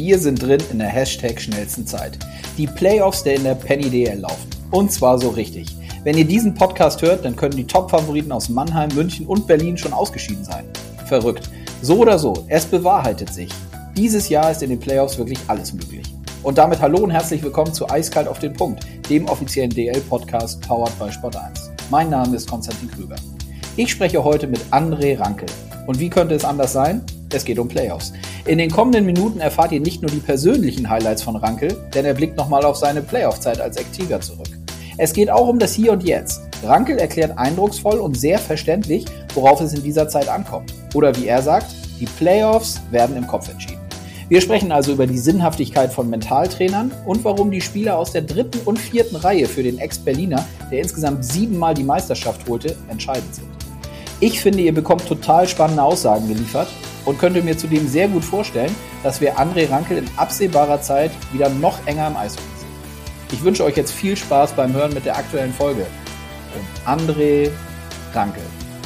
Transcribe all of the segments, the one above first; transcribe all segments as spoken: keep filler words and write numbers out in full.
Wir sind drin in der Hashtag schnellsten Zeit. Die Playoffs der in der Penny D L laufen. Und zwar so richtig. Wenn ihr diesen Podcast hört, dann können die Top-Favoriten aus Mannheim, München und Berlin schon ausgeschieden sein. Verrückt. So oder so, es bewahrheitet sich. Dieses Jahr ist in den Playoffs wirklich alles möglich. Und damit hallo und herzlich willkommen zu Eiskalt auf den Punkt, dem offiziellen D L-Podcast powered by Sport eins. Mein Name ist Konstantin Krüger. Ich spreche heute mit André Rankel. Und wie könnte es anders sein? Es geht um Playoffs. In den kommenden Minuten erfahrt ihr nicht nur die persönlichen Highlights von Rankel, denn er blickt nochmal auf seine Playoff-Zeit als Ex-Tiger zurück. Es geht auch um das Hier und Jetzt. Rankel erklärt eindrucksvoll und sehr verständlich, worauf es in dieser Zeit ankommt. Oder wie er sagt, die Playoffs werden im Kopf entschieden. Wir sprechen also über die Sinnhaftigkeit von Mentaltrainern und warum die Spieler aus der dritten und vierten Reihe für den Ex-Berliner, der insgesamt siebenmal die Meisterschaft holte, entscheidend sind. Ich finde, ihr bekommt total spannende Aussagen geliefert und könnte mir zudem sehr gut vorstellen, dass wir André Rankel in absehbarer Zeit wieder noch enger im Eishockey sehen. Ich wünsche euch jetzt viel Spaß beim Hören mit der aktuellen Folge. Und André Rankel.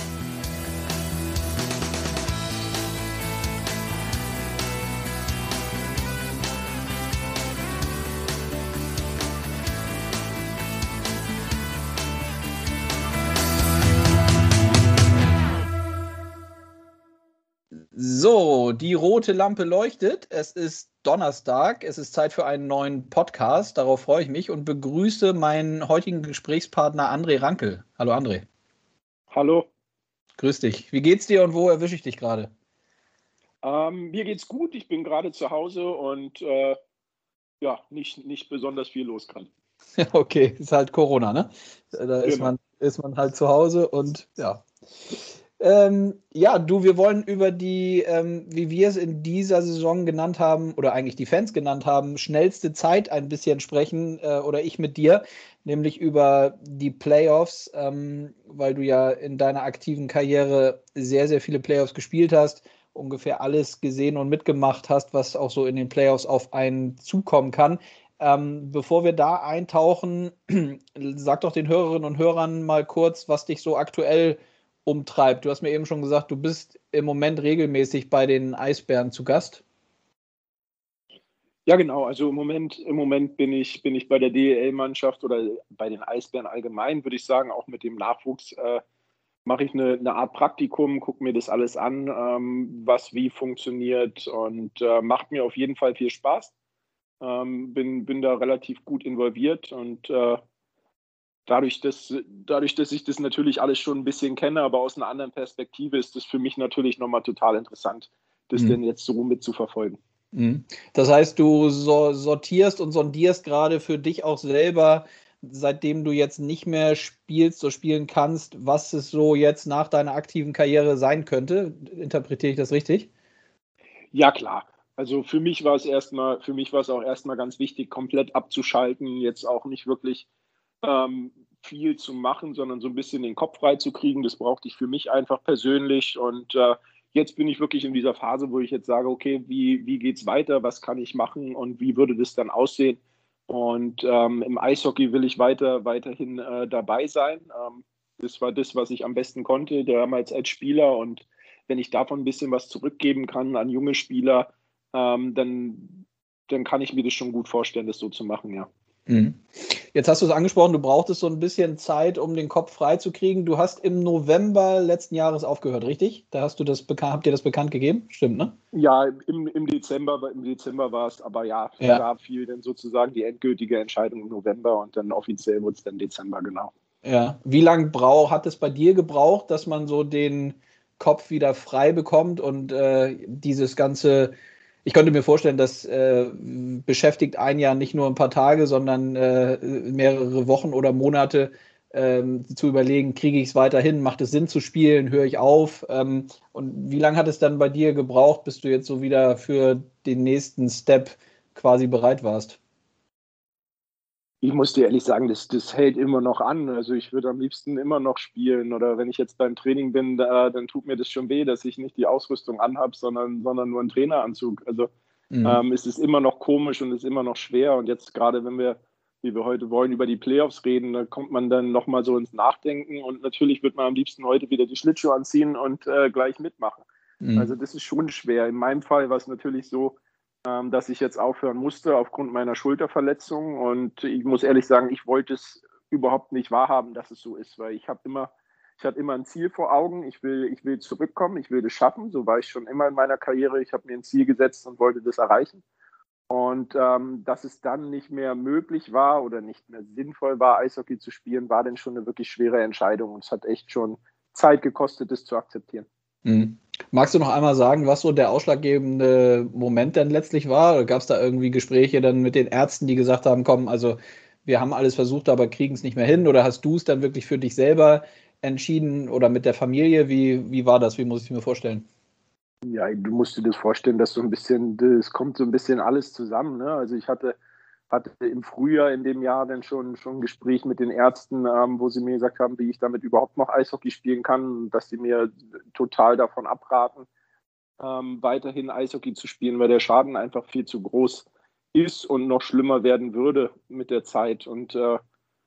So, die rote Lampe leuchtet. Es ist Donnerstag. Es ist Zeit für einen neuen Podcast. Darauf freue ich mich und begrüße meinen heutigen Gesprächspartner André Rankel. Hallo André. Hallo. Grüß dich. Wie geht's dir und wo erwische ich dich gerade? Ähm, mir geht's gut. Ich bin gerade zu Hause und äh, ja, nicht, nicht besonders viel los gerade. Okay, ist halt Corona, ne? Da ist, Genau. man, ist man halt zu Hause und ja. Ähm, ja, du, wir wollen über die, ähm, wie wir es in dieser Saison genannt haben, oder eigentlich die Fans genannt haben, schnellste Zeit ein bisschen sprechen, äh, oder ich mit dir, nämlich über die Playoffs, ähm, weil du ja in deiner aktiven Karriere sehr, sehr viele Playoffs gespielt hast, ungefähr alles gesehen und mitgemacht hast, was auch so in den Playoffs auf einen zukommen kann. Ähm, bevor wir da eintauchen, sag doch den Hörerinnen und Hörern mal kurz, was dich so aktuell umtreibt. Du hast mir eben schon gesagt, du bist im Moment regelmäßig bei den Eisbären zu Gast. Ja, genau. Also im Moment, im Moment bin ich, bin ich bei der D E L-Mannschaft oder bei den Eisbären allgemein, würde ich sagen, auch mit dem Nachwuchs äh, mache ich eine, eine Art Praktikum, gucke mir das alles an, ähm, was wie funktioniert und äh, macht mir auf jeden Fall viel Spaß. Ähm, bin, bin da relativ gut involviert und äh, Dadurch dass, dadurch, dass ich das natürlich alles schon ein bisschen kenne, aber aus einer anderen Perspektive, ist das für mich natürlich nochmal total interessant, das Mhm. denn jetzt so mitzuverfolgen. Mhm. Das heißt, du so sortierst und sondierst gerade für dich auch selber, seitdem du jetzt nicht mehr spielst oder spielen kannst, was es so jetzt nach deiner aktiven Karriere sein könnte. Interpretiere ich das richtig? Ja, klar. Also für mich war es erstmal, für mich war es auch erstmal ganz wichtig, komplett abzuschalten, jetzt auch nicht wirklich ähm, viel zu machen, sondern so ein bisschen den Kopf frei zu kriegen. Das brauchte ich für mich einfach persönlich. Und äh, jetzt bin ich wirklich in dieser Phase, wo ich jetzt sage, okay, wie, wie geht's weiter? Was kann ich machen und wie würde das dann aussehen? Und ähm, im Eishockey will ich weiter, weiterhin äh, dabei sein. Ähm, das war das, was ich am besten konnte, damals als Spieler. Und wenn ich davon ein bisschen was zurückgeben kann an junge Spieler, ähm, dann, dann kann ich mir das schon gut vorstellen, das so zu machen, ja. Mhm. Jetzt hast du es angesprochen, du brauchtest so ein bisschen Zeit, um den Kopf frei zu kriegen. Du hast im November letzten Jahres aufgehört, richtig? Da hast du das bekannt, habt ihr das bekannt gegeben? Stimmt, ne? Ja, im, im Dezember, im Dezember war es, aber ja, Ja. da fiel dann sozusagen die endgültige Entscheidung im November und dann offiziell wurde es dann Dezember, genau. Ja. Wie lange brauch, hat es bei dir gebraucht, dass man so den Kopf wieder frei bekommt und äh, dieses ganze, ich könnte mir vorstellen, das äh, beschäftigt ein Jahr nicht nur ein paar Tage, sondern äh, mehrere Wochen oder Monate ähm, zu überlegen, kriege ich es weiterhin, macht es Sinn zu spielen, höre ich auf? Ähm, und wie lange hat es dann bei dir gebraucht, bis du jetzt so wieder für den nächsten Step quasi bereit warst? Ich muss dir ehrlich sagen, das, das hält immer noch an. Also ich würde am liebsten immer noch spielen oder wenn ich jetzt beim Training bin, da, dann tut mir das schon weh, dass ich nicht die Ausrüstung anhabe, sondern, sondern nur einen Traineranzug. Also Mhm. ähm, es ist immer noch komisch und es ist immer noch schwer. Und jetzt gerade, wenn wir, wie wir heute wollen, über die Playoffs reden, da kommt man dann nochmal so ins Nachdenken und natürlich wird man am liebsten heute wieder die Schlittschuhe anziehen und äh, gleich mitmachen. Mhm. Also das ist schon schwer. In meinem Fall war es natürlich so, ähm, dass ich jetzt aufhören musste aufgrund meiner Schulterverletzung. Und ich muss ehrlich sagen, ich wollte es überhaupt nicht wahrhaben, dass es so ist, weil ich habe immer, ich hatte immer ein Ziel vor Augen. Ich will, ich will zurückkommen, ich will das schaffen. So war ich schon immer in meiner Karriere. Ich habe mir ein Ziel gesetzt und wollte das erreichen. Und ähm, dass es dann nicht mehr möglich war oder nicht mehr sinnvoll war, Eishockey zu spielen, war dann schon eine wirklich schwere Entscheidung. Und es hat echt schon Zeit gekostet, das zu akzeptieren. Mhm. Magst du noch einmal sagen, was so der ausschlaggebende Moment denn letztlich war? Oder gab es da irgendwie Gespräche dann mit den Ärzten, die gesagt haben, komm, also wir haben alles versucht, aber kriegen es nicht mehr hin? Oder hast du es dann wirklich für dich selber entschieden oder mit der Familie? Wie, wie war das? Wie muss ich mir vorstellen? Ja, du musst dir das vorstellen, dass so ein bisschen, das kommt so ein bisschen alles zusammen. Ne? Also ich hatte, hatte im Frühjahr in dem Jahr dann schon, schon ein Gespräch mit den Ärzten, ähm, wo sie mir gesagt haben, wie ich damit überhaupt noch Eishockey spielen kann, dass sie mir total davon abraten, ähm, weiterhin Eishockey zu spielen, weil der Schaden einfach viel zu groß ist und noch schlimmer werden würde mit der Zeit. Und äh,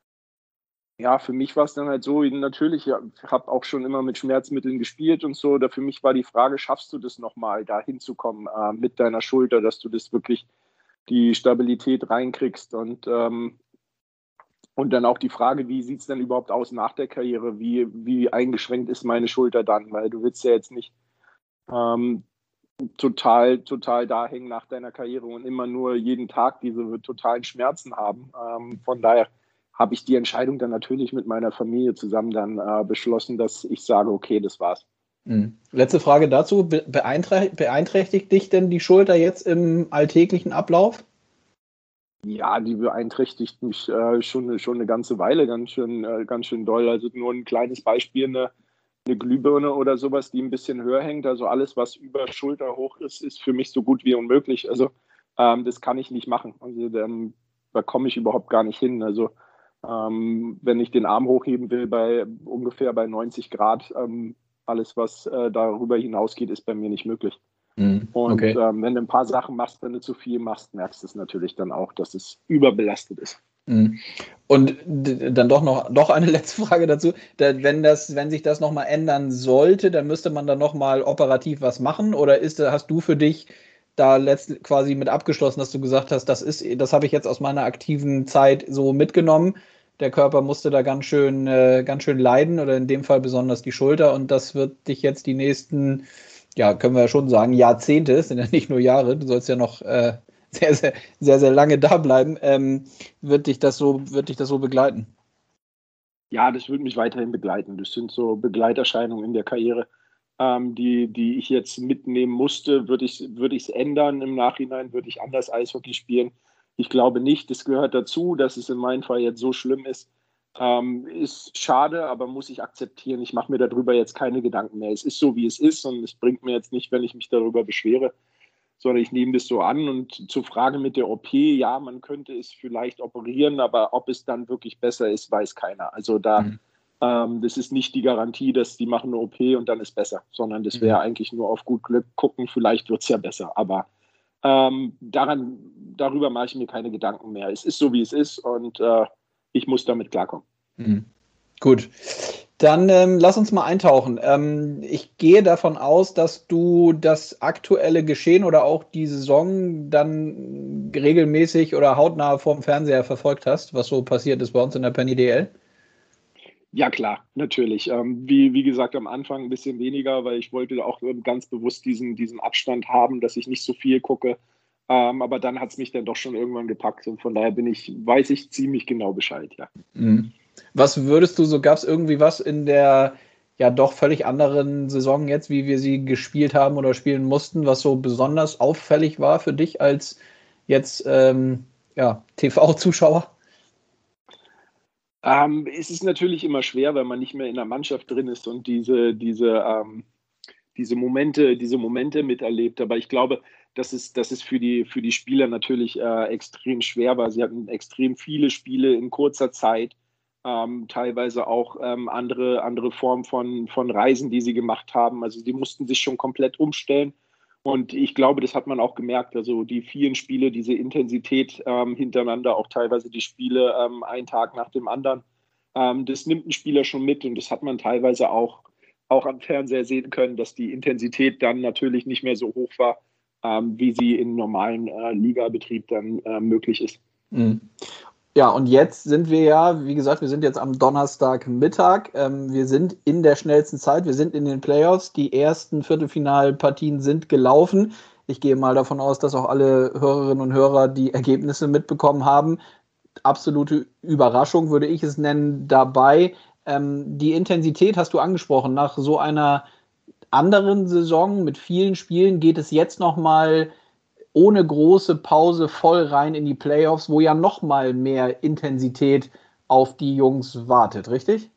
ja, für mich war es dann halt so, natürlich, ja, ich habe auch schon immer mit Schmerzmitteln gespielt und so. Da für mich war die Frage, schaffst du das nochmal, da hinzukommen äh, mit deiner Schulter, dass du das wirklich die Stabilität reinkriegst. Und, ähm, und dann auch die Frage, wie sieht es denn überhaupt aus nach der Karriere? Wie, wie eingeschränkt ist meine Schulter dann? Weil du willst ja jetzt nicht ähm, total, total da hängen nach deiner Karriere und immer nur jeden Tag diese totalen Schmerzen haben. Ähm, von daher habe ich die Entscheidung dann natürlich mit meiner Familie zusammen dann äh, beschlossen, dass ich sage, okay, das war's. Mhm. Letzte Frage dazu. Be- beeinträchtigt, beeinträchtigt dich denn die Schulter jetzt im alltäglichen Ablauf? Ja, die beeinträchtigt mich äh, schon, schon eine ganze Weile ganz schön, äh, ganz schön doll. Also nur ein kleines Beispiel, eine, eine Glühbirne oder sowas, die ein bisschen höher hängt. Also alles, was über Schulter hoch ist, ist für mich so gut wie unmöglich. Also ähm, das kann ich nicht machen. Also ähm, da komme ich überhaupt gar nicht hin. Also ähm, wenn ich den Arm hochheben will, bei ungefähr bei neunzig Grad, ähm, alles, was äh, darüber hinausgeht, ist bei mir nicht möglich. Mhm. Und Okay. ähm, wenn du ein paar Sachen machst, wenn du zu viel machst, merkst du es natürlich dann auch, dass es überbelastet ist. Mhm. Und d- dann doch noch doch eine letzte Frage dazu. Da, wenn das, wenn sich das nochmal ändern sollte, dann müsste man dann nochmal operativ was machen? Oder ist, hast du für dich da letzt, quasi mit abgeschlossen, dass du gesagt hast, das ist, das habe ich jetzt aus meiner aktiven Zeit so mitgenommen. Der Körper musste da ganz schön, äh, ganz schön leiden oder in dem Fall besonders die Schulter und das wird dich jetzt die nächsten, ja, können wir ja schon sagen, Jahrzehnte, es sind ja nicht nur Jahre, du sollst ja noch äh, sehr, sehr, sehr, sehr lange da bleiben. Ähm, wird dich das so, wird dich das so begleiten? Ja, das wird mich weiterhin begleiten. Das sind so Begleiterscheinungen in der Karriere, ähm, die, die ich jetzt mitnehmen musste. Würde ich es würde ich's ändern im Nachhinein? Würde ich anders Eishockey spielen? Ich glaube nicht. Das gehört dazu, dass es in meinem Fall jetzt so schlimm ist. Ähm, ist schade, aber muss ich akzeptieren. Ich mache mir darüber jetzt keine Gedanken mehr. Es ist so, wie es ist und es bringt mir jetzt nicht, wenn ich mich darüber beschwere, sondern ich nehme das so an. Und zur Frage mit der O P, ja, man könnte es vielleicht operieren, aber ob es dann wirklich besser ist, weiß keiner. Also da, Mhm. ähm, das ist nicht die Garantie, dass die machen eine O P und dann ist besser, sondern das wäre Mhm. eigentlich nur auf gut Glück gucken, vielleicht wird es ja besser. Aber ähm, daran, darüber mache ich mir keine Gedanken mehr. Es ist so, wie es ist und äh, ich muss damit klarkommen. Mhm. Gut. Dann ähm, lass uns mal eintauchen. Ähm, ich gehe davon aus, dass du das aktuelle Geschehen oder auch die Saison dann regelmäßig oder hautnah vorm Fernseher verfolgt hast, was so passiert ist bei uns in der Penny D L. Ja, klar, natürlich. Ähm, wie, wie gesagt, am Anfang ein bisschen weniger, weil ich wollte auch ähm, ganz bewusst diesen, diesen Abstand haben, dass ich nicht so viel gucke. Ähm, aber dann hat es mich dann doch schon irgendwann gepackt und von daher bin ich, weiß ich ziemlich genau Bescheid, ja. Mhm. Was würdest du, so gab es irgendwie was in der ja doch völlig anderen Saison jetzt, wie wir sie gespielt haben oder spielen mussten, was so besonders auffällig war für dich als jetzt ähm, ja, T V-Zuschauer? Ähm, es ist natürlich immer schwer, wenn man nicht mehr in der Mannschaft drin ist und diese, diese, ähm, diese Momente, diese Momente miterlebt. Aber ich glaube, dass es, dass es für die, für die Spieler natürlich äh, extrem schwer war. Sie hatten extrem viele Spiele in kurzer Zeit, ähm, teilweise auch ähm, andere, andere Formen von, von Reisen, die sie gemacht haben. Also sie mussten sich schon komplett umstellen. Und ich glaube, das hat man auch gemerkt. Also die vielen Spiele, diese Intensität ähm, hintereinander, auch teilweise die Spiele ähm, einen Tag nach dem anderen, ähm, das nimmt ein Spieler schon mit. Und das hat man teilweise auch, auch am Fernseher sehen können, dass die Intensität dann natürlich nicht mehr so hoch war. ähm, wie sie in normalen äh, Ligabetrieb dann äh, möglich ist. Mhm. Ja, und jetzt sind wir ja, wie gesagt, wir sind jetzt am Donnerstagmittag. Ähm, wir sind in der schnellsten Zeit, wir sind in den Playoffs. Die ersten Viertelfinalpartien sind gelaufen. Ich gehe mal davon aus, dass auch alle Hörerinnen und Hörer die Ergebnisse mitbekommen haben. Absolute Überraschung würde ich es nennen dabei. Ähm, die Intensität hast du angesprochen. Nach so einer anderen Saison mit vielen Spielen geht es jetzt nochmal ohne große Pause voll rein in die Playoffs, wo ja noch mal mehr Intensität auf die Jungs wartet, richtig?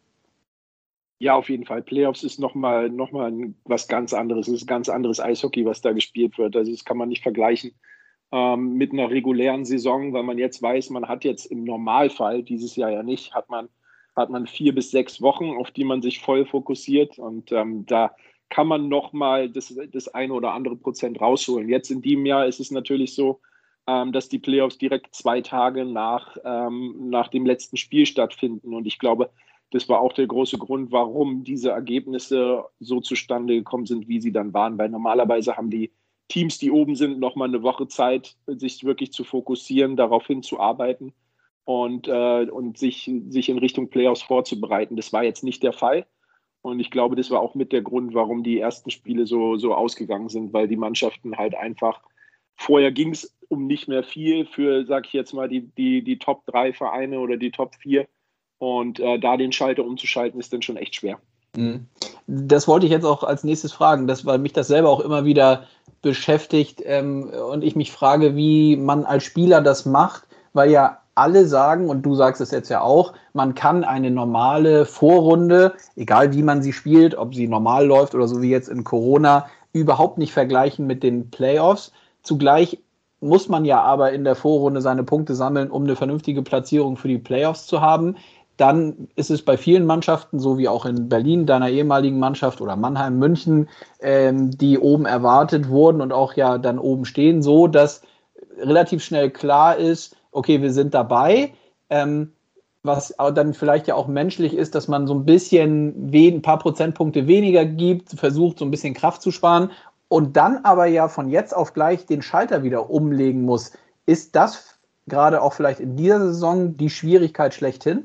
Ja, auf jeden Fall. Playoffs ist nochmal noch mal was ganz anderes. Es ist ganz anderes Eishockey, was da gespielt wird. Also das kann man nicht vergleichen ähm, mit einer regulären Saison, weil man jetzt weiß, man hat jetzt im Normalfall, dieses Jahr ja nicht, hat man, hat man vier bis sechs Wochen, auf die man sich voll fokussiert. Und ähm, da kann man nochmal das, das eine oder andere Prozent rausholen. Jetzt in diesem Jahr ist es natürlich so, ähm, dass die Playoffs direkt zwei Tage nach, ähm, nach dem letzten Spiel stattfinden. Und ich glaube, das war auch der große Grund, warum diese Ergebnisse so zustande gekommen sind, wie sie dann waren. Weil normalerweise haben die Teams, die oben sind, nochmal eine Woche Zeit, sich wirklich zu fokussieren, darauf hinzuarbeiten und, äh, und sich, sich in Richtung Playoffs vorzubereiten. Das war jetzt nicht der Fall. Und ich glaube, das war auch mit der Grund, warum die ersten Spiele so, so ausgegangen sind, weil die Mannschaften halt einfach, vorher ging es um nicht mehr viel für, sag ich jetzt mal, die, die, die Top drei Vereine oder die Top vier. Und äh, da den Schalter umzuschalten, ist dann schon echt schwer. Das wollte ich jetzt auch als nächstes fragen, das, weil mich das selber auch immer wieder beschäftigt ähm, und ich mich frage, wie man als Spieler das macht, weil ja alle sagen, und du sagst es jetzt ja auch, man kann eine normale Vorrunde, egal wie man sie spielt, ob sie normal läuft oder so wie jetzt in Corona, überhaupt nicht vergleichen mit den Playoffs. Zugleich muss man ja aber in der Vorrunde seine Punkte sammeln, um eine vernünftige Platzierung für die Playoffs zu haben. Dann ist es bei vielen Mannschaften, so wie auch in Berlin, deiner ehemaligen Mannschaft oder Mannheim, München, ähm, die oben erwartet wurden und auch ja dann oben stehen, so, dass relativ schnell klar ist, okay, wir sind dabei. Ähm, was dann vielleicht ja auch menschlich ist, dass man so ein bisschen ein paar Prozentpunkte weniger gibt, versucht so ein bisschen Kraft zu sparen und dann aber ja von jetzt auf gleich den Schalter wieder umlegen muss. Ist das gerade auch vielleicht in dieser Saison die Schwierigkeit schlechthin?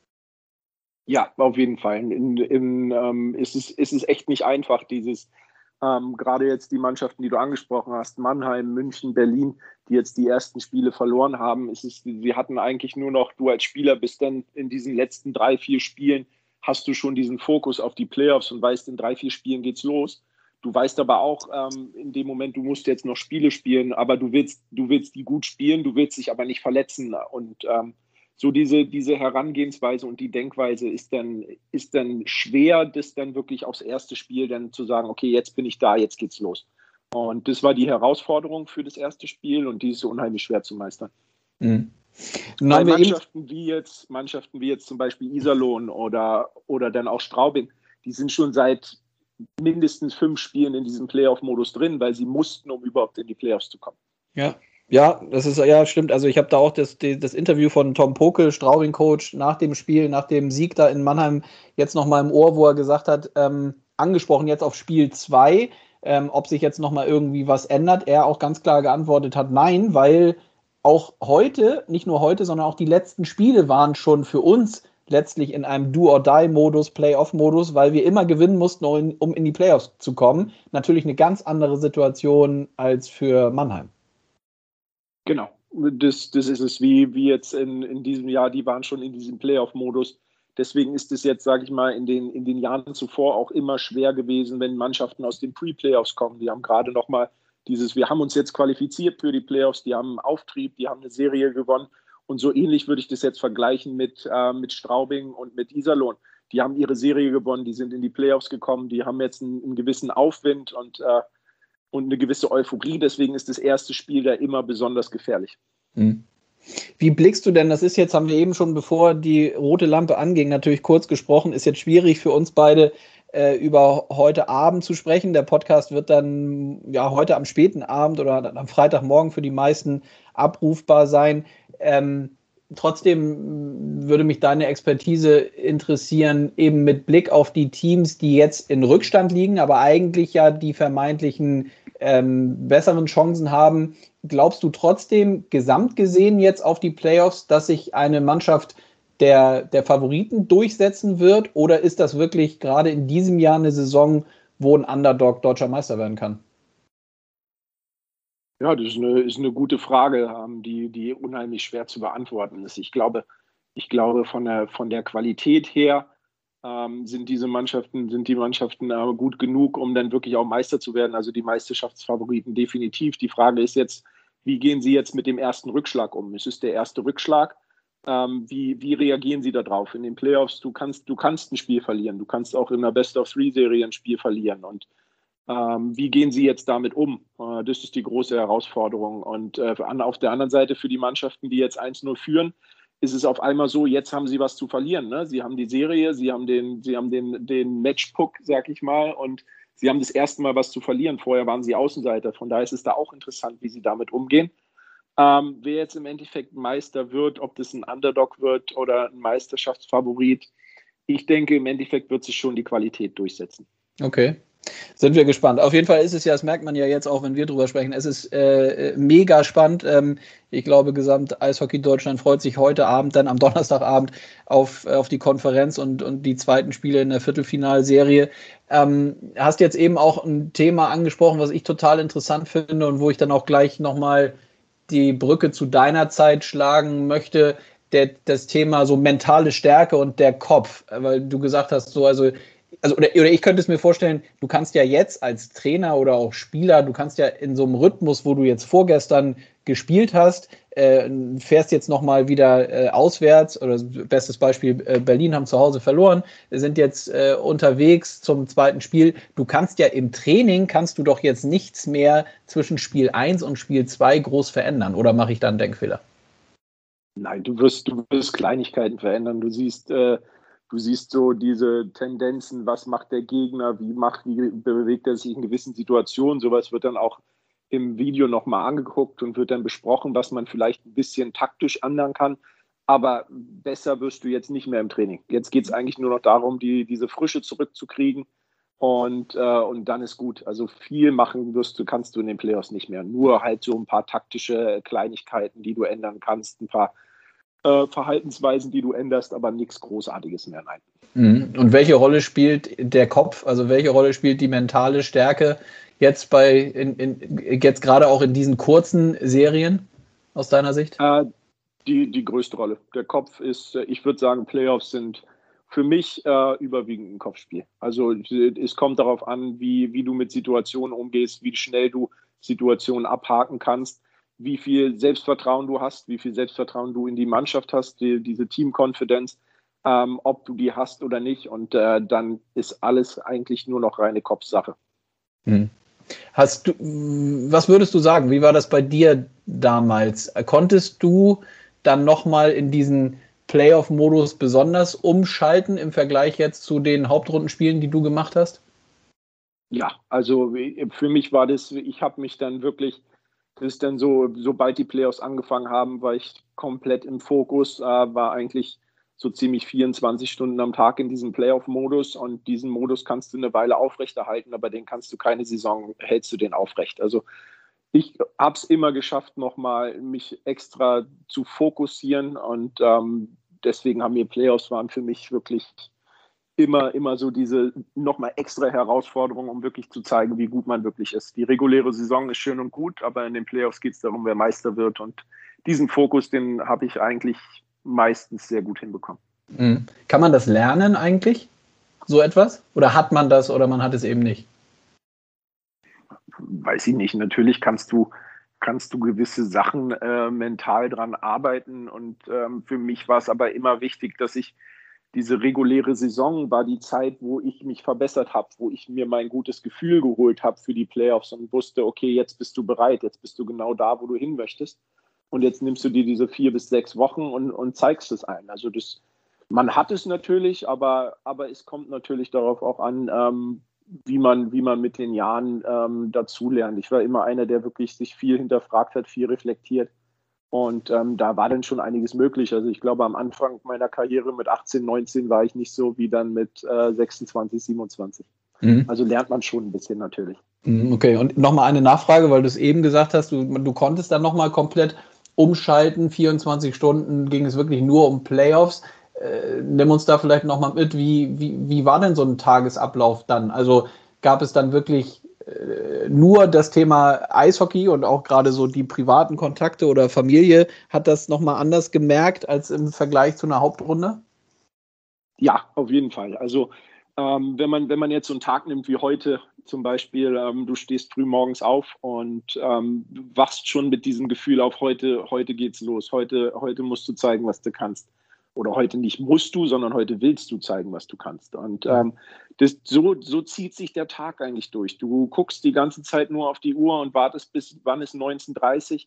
Ja, auf jeden Fall. In, in, ähm, ist, es, ist es echt nicht einfach, dieses, ähm, gerade jetzt die Mannschaften, die du angesprochen hast, Mannheim, München, Berlin, die jetzt die ersten Spiele verloren haben. Ist es, sie hatten eigentlich nur noch, du als Spieler bist dann in diesen letzten drei, vier Spielen, hast du schon diesen Fokus auf die Playoffs und weißt, in drei, vier Spielen geht's los. Du weißt aber auch ähm, in dem Moment, du musst jetzt noch Spiele spielen, aber du willst, du willst die gut spielen, du willst dich aber nicht verletzen. Und ähm, so diese, diese Herangehensweise und die Denkweise ist dann, ist dann schwer, das dann wirklich aufs erste Spiel dann zu sagen, okay, jetzt bin ich da, jetzt geht's los. Und das war die Herausforderung für das erste Spiel und die ist so unheimlich schwer zu meistern. Mhm. Weil Mannschaften wie jetzt, Mannschaften wie jetzt zum Beispiel Iserlohn oder, oder dann auch Straubing, die sind schon seit mindestens fünf Spielen in diesem Playoff-Modus drin, weil sie mussten, um überhaupt in die Playoffs zu kommen. Ja. Ja, das ist ja stimmt. Also ich habe da auch das, das Interview von Tom Pokel, Straubing-Coach, nach dem Spiel, nach dem Sieg da in Mannheim jetzt nochmal im Ohr, wo er gesagt hat, ähm, angesprochen jetzt auf Spiel zwei, ähm, ob sich jetzt nochmal irgendwie was ändert. Er auch ganz klar geantwortet hat, nein, weil auch heute, nicht nur heute, sondern auch die letzten Spiele waren schon für uns letztlich in einem Do-or-Die-Modus, Play-Off-Modus, weil wir immer gewinnen mussten, um in die Playoffs zu kommen. Natürlich eine ganz andere Situation als für Mannheim. Genau, das, das ist es, wie, wie jetzt in, in diesem Jahr, die waren schon in diesem Playoff-Modus. Deswegen ist es jetzt, sage ich mal, in den, in den Jahren zuvor auch immer schwer gewesen, wenn Mannschaften aus den Pre-Playoffs kommen. Die haben gerade nochmal dieses, wir haben uns jetzt qualifiziert für die Playoffs, die haben einen Auftrieb, die haben eine Serie gewonnen. Und so ähnlich würde ich das jetzt vergleichen mit, äh, mit Straubing und mit Iserlohn. Die haben ihre Serie gewonnen, die sind in die Playoffs gekommen, die haben jetzt einen, einen gewissen Aufwind und äh, und eine gewisse Euphorie. Deswegen ist das erste Spiel da immer besonders gefährlich. Hm. Wie blickst du denn, das ist jetzt, haben wir eben schon, bevor die rote Lampe anging, natürlich kurz gesprochen, ist jetzt schwierig für uns beide, äh, über heute Abend zu sprechen. Der Podcast wird dann ja heute am späten Abend oder am Freitagmorgen für die meisten abrufbar sein. Ähm, trotzdem würde mich deine Expertise interessieren, eben mit Blick auf die Teams, die jetzt in Rückstand liegen, aber eigentlich ja die vermeintlichen ähm, besseren Chancen haben. Glaubst du trotzdem, gesamt gesehen jetzt auf die Playoffs, dass sich eine Mannschaft der, der Favoriten durchsetzen wird? Oder ist das wirklich gerade in diesem Jahr eine Saison, wo ein Underdog deutscher Meister werden kann? Ja, das ist eine, ist eine gute Frage, ähm, die, die unheimlich schwer zu beantworten ist. Ich glaube, ich glaube von der, von der Qualität her ähm, sind diese Mannschaften, sind die Mannschaften äh, gut genug, um dann wirklich auch Meister zu werden. Also die Meisterschaftsfavoriten definitiv. Die Frage ist jetzt, wie gehen sie jetzt mit dem ersten Rückschlag um? Es ist der erste Rückschlag. Ähm, wie, wie reagieren sie darauf? In den Playoffs, du kannst, du kannst ein Spiel verlieren. Du kannst auch in einer Best-of-Three-Serie ein Spiel verlieren. Und ähm, wie gehen sie jetzt damit um? Äh, das ist die große Herausforderung. Und äh, auf der anderen Seite für die Mannschaften, die jetzt eins null führen, ist es auf einmal so, jetzt haben sie was zu verlieren. Ne? Sie haben die Serie, sie haben den, sie haben den, den Matchpuck, sag ich mal, und sie haben das erste Mal was zu verlieren. Vorher waren sie Außenseiter. Von daher ist es da auch interessant, wie sie damit umgehen. Ähm, wer jetzt im Endeffekt Meister wird, ob das ein Underdog wird oder ein Meisterschaftsfavorit, ich denke, im Endeffekt wird sich schon die Qualität durchsetzen. Okay. Sind wir gespannt. Auf jeden Fall ist es ja, das merkt man ja jetzt auch, wenn wir drüber sprechen, es ist äh, mega spannend. Ähm, ich glaube, gesamt Eishockey Deutschland freut sich heute Abend, dann am Donnerstagabend auf, auf die Konferenz und, und die zweiten Spiele in der Viertelfinalserie. Ähm, hast jetzt eben auch ein Thema angesprochen, was ich total interessant finde und wo ich dann auch gleich nochmal die Brücke zu deiner Zeit schlagen möchte. Der, das Thema so mentale Stärke und der Kopf, weil du gesagt hast, so, also Also, oder, oder ich könnte es mir vorstellen, du kannst ja jetzt als Trainer oder auch Spieler, du kannst ja in so einem Rhythmus, wo du jetzt vorgestern gespielt hast, äh, fährst jetzt nochmal wieder äh, auswärts, oder bestes Beispiel, äh, Berlin haben zu Hause verloren, sind jetzt äh, unterwegs zum zweiten Spiel. Du kannst ja im Training, kannst du doch jetzt nichts mehr zwischen Spiel eins und Spiel zwei groß verändern, oder mache ich da einen Denkfehler? Nein, du wirst, du wirst Kleinigkeiten verändern. Du siehst, äh, du siehst so diese Tendenzen, was macht der Gegner, wie macht, wie bewegt er sich in gewissen Situationen. Sowas wird dann auch im Video nochmal angeguckt und wird dann besprochen, was man vielleicht ein bisschen taktisch ändern kann. Aber besser wirst du jetzt nicht mehr im Training. Jetzt geht es eigentlich nur noch darum, die, diese Frische zurückzukriegen. Und, äh, und dann ist gut. Also viel machen wirst du, kannst du in den Playoffs nicht mehr. Nur halt so ein paar taktische Kleinigkeiten, die du ändern kannst, ein paar äh, Verhaltensweisen, die du änderst, aber nichts Großartiges mehr, nein. Mhm. Und welche Rolle spielt der Kopf, also welche Rolle spielt die mentale Stärke jetzt bei, in, in, jetzt gerade auch in diesen kurzen Serien aus deiner Sicht? Äh, die, die größte Rolle. Der Kopf ist, äh, ich würde sagen, Playoffs sind für mich äh, überwiegend ein Kopfspiel. Also es kommt darauf an, wie, wie du mit Situationen umgehst, wie schnell du Situationen abhaken kannst, wie viel Selbstvertrauen du hast, wie viel Selbstvertrauen du in die Mannschaft hast, die, diese Team-Confidence, ähm, ob du die hast oder nicht. Und äh, dann ist alles eigentlich nur noch reine Kopfsache. Hm. Hast du, was würdest du sagen? Wie war das bei dir damals? Konntest du dann nochmal in diesen Playoff-Modus besonders umschalten im Vergleich jetzt zu den Hauptrundenspielen, die du gemacht hast? Ja, also für mich war das, ich habe mich dann wirklich, das ist dann so, sobald die Playoffs angefangen haben, war ich komplett im Fokus, äh, war eigentlich so ziemlich vierundzwanzig Stunden am Tag in diesem Playoff-Modus und diesen Modus kannst du eine Weile aufrechterhalten, aber den kannst du keine Saison, hältst du den aufrecht. Also ich habe es immer geschafft, nochmal mich extra zu fokussieren und ähm, deswegen haben mir Playoffs waren für mich wirklich immer, immer so diese nochmal extra Herausforderung, um wirklich zu zeigen, wie gut man wirklich ist. Die reguläre Saison ist schön und gut, aber in den Playoffs geht es darum, wer Meister wird. Und diesen Fokus, den habe ich eigentlich meistens sehr gut hinbekommen. Mhm. Kann man das lernen eigentlich? So etwas? Oder hat man das oder man hat es eben nicht? Weiß ich nicht. Natürlich kannst du, kannst du gewisse Sachen äh, mental dran arbeiten. Und ähm, für mich war es aber immer wichtig, dass ich diese reguläre Saison war die Zeit, wo ich mich verbessert habe, wo ich mir mein gutes Gefühl geholt habe für die Playoffs und wusste, okay, jetzt bist du bereit, jetzt bist du genau da, wo du hin möchtest. Und jetzt nimmst du dir diese vier bis sechs Wochen und, und zeigst es ein. Also das, man hat es natürlich, aber, aber es kommt natürlich darauf auch an, ähm, wie man, wie man mit den Jahren ähm, dazulernt. Ich war immer einer, der wirklich sich viel hinterfragt hat, viel reflektiert. Und ähm, da war dann schon einiges möglich. Also ich glaube, am Anfang meiner Karriere mit achtzehn, neunzehn war ich nicht so wie dann mit äh, sechsundzwanzig, siebenundzwanzig. Mhm. Also lernt man schon ein bisschen natürlich. Okay, und nochmal eine Nachfrage, weil du es eben gesagt hast, du, du konntest dann nochmal komplett umschalten, vierundzwanzig Stunden ging es wirklich nur um Playoffs. Äh, nimm uns da vielleicht nochmal mit, wie, wie, wie war denn so ein Tagesablauf dann? Also gab es dann wirklich äh, nur das Thema Eishockey und auch gerade so die privaten Kontakte oder Familie, hat das nochmal anders gemerkt als im Vergleich zu einer Hauptrunde? Ja, auf jeden Fall. Also ähm, wenn man, wenn man jetzt so einen Tag nimmt wie heute zum Beispiel, ähm, du stehst früh morgens auf und ähm, du wachst schon mit diesem Gefühl auf, heute, heute geht's los, heute, heute musst du zeigen, was du kannst. Oder heute nicht musst du, sondern heute willst du zeigen, was du kannst. Und ähm, das, so, so zieht sich der Tag eigentlich durch. Du guckst die ganze Zeit nur auf die Uhr und wartest bis wann ist neunzehn Uhr dreißig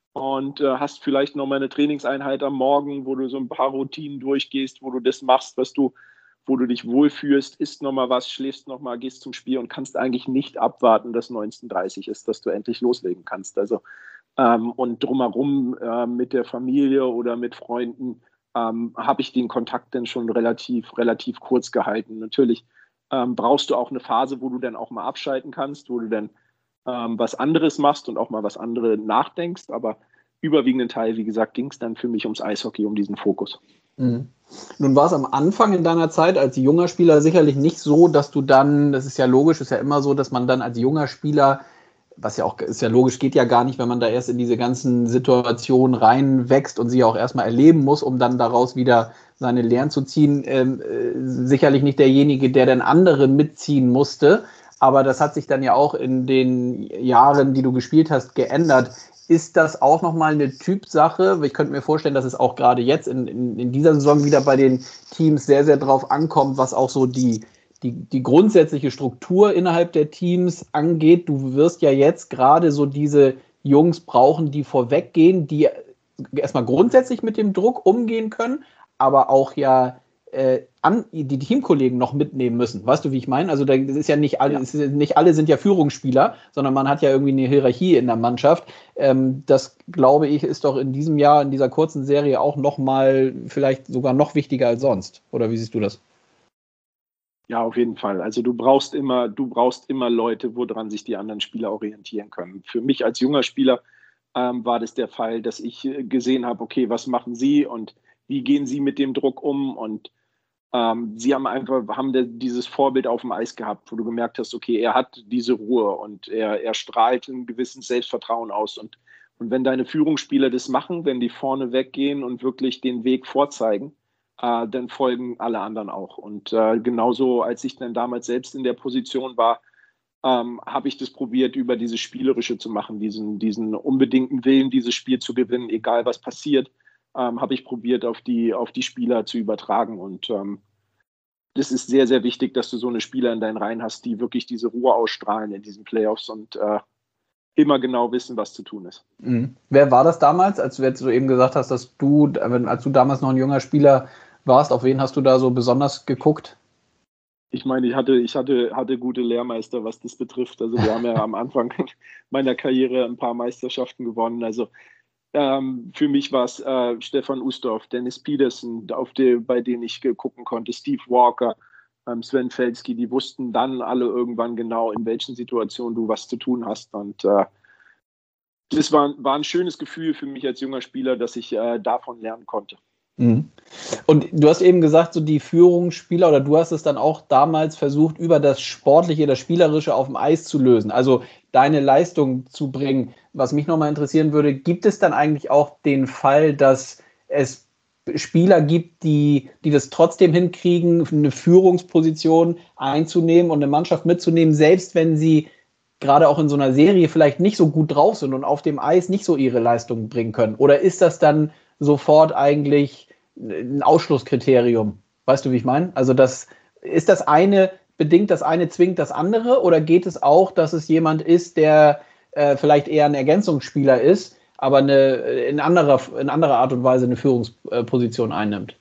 und äh, hast vielleicht noch mal eine Trainingseinheit am Morgen, wo du so ein paar Routinen durchgehst, wo du das machst, was du, wo du dich wohlfühlst, isst noch mal was, schläfst noch mal, gehst zum Spiel und kannst eigentlich nicht abwarten, dass neunzehn Uhr dreißig ist, dass du endlich loslegen kannst. Also ähm, und drumherum äh, mit der Familie oder mit Freunden ähm, habe ich den Kontakt dann schon relativ, relativ kurz gehalten. Natürlich ähm, brauchst du auch eine Phase, wo du dann auch mal abschalten kannst, wo du dann ähm, was anderes machst und auch mal was anderes nachdenkst. Aber überwiegenden Teil, wie gesagt, ging es dann für mich ums Eishockey, um diesen Fokus. Mhm. Nun war es am Anfang in deiner Zeit als junger Spieler sicherlich nicht so, dass du dann, das ist ja logisch, ist ja immer so, dass man dann als junger Spieler, was ja auch ist ja logisch, geht ja gar nicht, wenn man da erst in diese ganzen Situationen reinwächst und sie auch erstmal erleben muss, um dann daraus wieder seine Lehren zu ziehen, ähm, äh, sicherlich nicht derjenige, der dann andere mitziehen musste. Aber das hat sich dann ja auch in den Jahren, die du gespielt hast, geändert. Ist das auch nochmal eine Typsache? Ich könnte mir vorstellen, dass es auch gerade jetzt in, in, in dieser Saison wieder bei den Teams sehr, sehr drauf ankommt, was auch so die, die, die grundsätzliche Struktur innerhalb der Teams angeht. Du wirst ja jetzt gerade so diese Jungs brauchen, die vorweggehen, die erstmal grundsätzlich mit dem Druck umgehen können, aber auch ja äh, an, die Teamkollegen noch mitnehmen müssen. Weißt du, wie ich meine? Also da das ist ja nicht alle, Ja. ist, nicht alle sind ja Führungsspieler, sondern man hat ja irgendwie eine Hierarchie in der Mannschaft. Ähm, das, glaube ich, ist doch in diesem Jahr, in dieser kurzen Serie auch noch mal vielleicht sogar noch wichtiger als sonst. Oder wie siehst du das? Ja, auf jeden Fall. Also du brauchst immer, du brauchst immer Leute, woran sich die anderen Spieler orientieren können. Für mich als junger Spieler ähm, war das der Fall, dass ich äh, gesehen habe, okay, was machen Sie und wie gehen Sie mit dem Druck um? Und ähm, sie haben einfach, haben der, dieses Vorbild auf dem Eis gehabt, wo du gemerkt hast, okay, er hat diese Ruhe und er, er strahlt ein gewisses Selbstvertrauen aus. Und, und wenn deine Führungsspieler das machen, wenn die vorne weggehen und wirklich den Weg vorzeigen, äh, dann folgen alle anderen auch. Und äh, genauso, als ich dann damals selbst in der Position war, ähm, habe ich das probiert, über dieses Spielerische zu machen, diesen, diesen unbedingten Willen, dieses Spiel zu gewinnen, egal was passiert, ähm, habe ich probiert, auf die, auf die Spieler zu übertragen. Und ähm, das ist sehr, sehr wichtig, dass du so eine Spieler in deinen Reihen hast, die wirklich diese Ruhe ausstrahlen in diesen Playoffs und äh, immer genau wissen, was zu tun ist. Mhm. Wer war das damals, als du jetzt so eben gesagt hast, dass du, als du damals noch ein junger Spieler warst, auf wen hast du da so besonders geguckt? Ich meine, ich hatte, ich hatte, hatte gute Lehrmeister, was das betrifft. Also wir haben ja am Anfang meiner Karriere ein paar Meisterschaften gewonnen. Also ähm, für mich war es äh, Stefan Ustorf, Dennis Peterson, auf die, bei denen ich gucken konnte, Steve Walker, ähm, Sven Felski, die wussten dann alle irgendwann genau, in welchen Situationen du was zu tun hast. Und äh, das war, war ein schönes Gefühl für mich als junger Spieler, dass ich äh, davon lernen konnte. Mhm. Und du hast eben gesagt, so die Führungsspieler oder du hast es dann auch damals versucht, über das Sportliche, das Spielerische auf dem Eis zu lösen, also deine Leistung zu bringen. Was mich nochmal interessieren würde, gibt es dann eigentlich auch den Fall, dass es Spieler gibt, die, die das trotzdem hinkriegen, eine Führungsposition einzunehmen und eine Mannschaft mitzunehmen, selbst wenn sie gerade auch in so einer Serie vielleicht nicht so gut drauf sind und auf dem Eis nicht so ihre Leistung bringen können? Oder ist das dann sofort eigentlich ein Ausschlusskriterium? Weißt du, wie ich meine? Also das, ist das eine bedingt, das eine zwingt das andere oder geht es auch, dass es jemand ist, der äh, vielleicht eher ein Ergänzungsspieler ist, aber eine, in, anderer, in anderer Art und Weise eine Führungsposition einnimmt?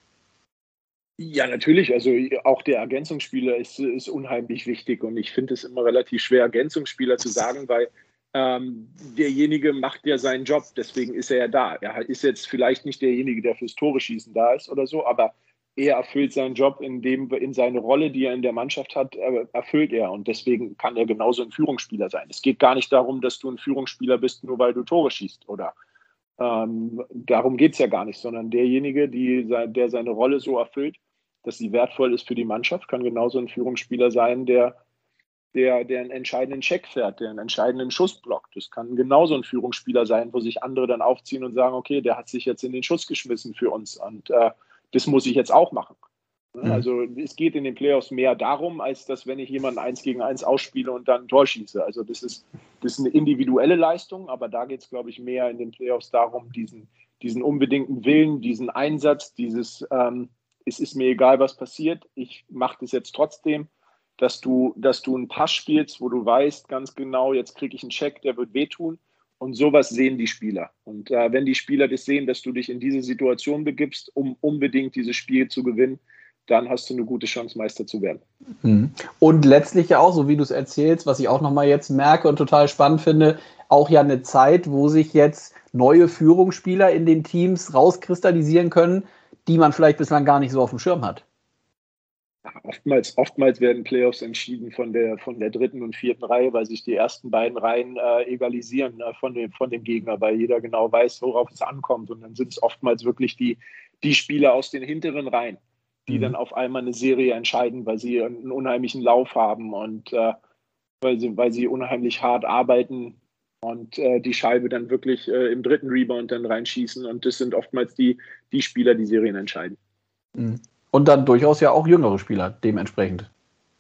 Ja, natürlich. Also auch der Ergänzungsspieler ist, ist unheimlich wichtig und ich finde es immer relativ schwer, Ergänzungsspieler zu sagen, weil ähm, derjenige macht ja seinen Job, deswegen ist er ja da. Er ist jetzt vielleicht nicht derjenige, der fürs Tore schießen da ist oder so, aber er erfüllt seinen Job in dem, in seine Rolle, die er in der Mannschaft hat, erfüllt er. Und deswegen kann er genauso ein Führungsspieler sein. Es geht gar nicht darum, dass du ein Führungsspieler bist, nur weil du Tore schießt. Oder ähm, darum geht es ja gar nicht, sondern derjenige, die, der seine Rolle so erfüllt, dass sie wertvoll ist für die Mannschaft, kann genauso ein Führungsspieler sein, der, der, der einen entscheidenden Check fährt, der einen entscheidenden Schuss blockt. Das kann genauso ein Führungsspieler sein, wo sich andere dann aufziehen und sagen, okay, der hat sich jetzt in den Schuss geschmissen für uns und äh, das muss ich jetzt auch machen. Mhm. Also es geht in den Playoffs mehr darum, als dass, wenn ich jemanden eins gegen eins ausspiele und dann ein Tor schieße. Also das ist, das ist eine individuelle Leistung, aber da geht es, glaube ich, mehr in den Playoffs darum, diesen, diesen unbedingten Willen, diesen Einsatz, dieses ähm, es ist mir egal, was passiert, ich mache das jetzt trotzdem, dass du, dass du einen Pass spielst, wo du weißt ganz genau, jetzt kriege ich einen Check, der wird wehtun. Und sowas sehen die Spieler. Und äh, wenn die Spieler das sehen, dass du dich in diese Situation begibst, um unbedingt dieses Spiel zu gewinnen, dann hast du eine gute Chance, Meister zu werden. Und letztlich ja auch, so wie du es erzählst, was ich auch nochmal jetzt merke und total spannend finde, auch ja eine Zeit, wo sich jetzt neue Führungsspieler in den Teams rauskristallisieren können, die man vielleicht bislang gar nicht so auf dem Schirm hat. Oftmals, oftmals werden Playoffs entschieden von der, von der dritten und vierten Reihe, weil sich die ersten beiden Reihen äh, egalisieren äh, von, dem, von dem Gegner, weil jeder genau weiß, worauf es ankommt. Und dann sind es oftmals wirklich die, die Spieler aus den hinteren Reihen, die mhm. dann auf einmal eine Serie entscheiden, weil sie einen unheimlichen Lauf haben und äh, weil, sie, weil sie unheimlich hart arbeiten und äh, die Scheibe dann wirklich äh, im dritten Rebound dann reinschießen. Und das sind oftmals die, die Spieler, die Serien entscheiden. Mhm. Und dann durchaus ja auch jüngere Spieler dementsprechend.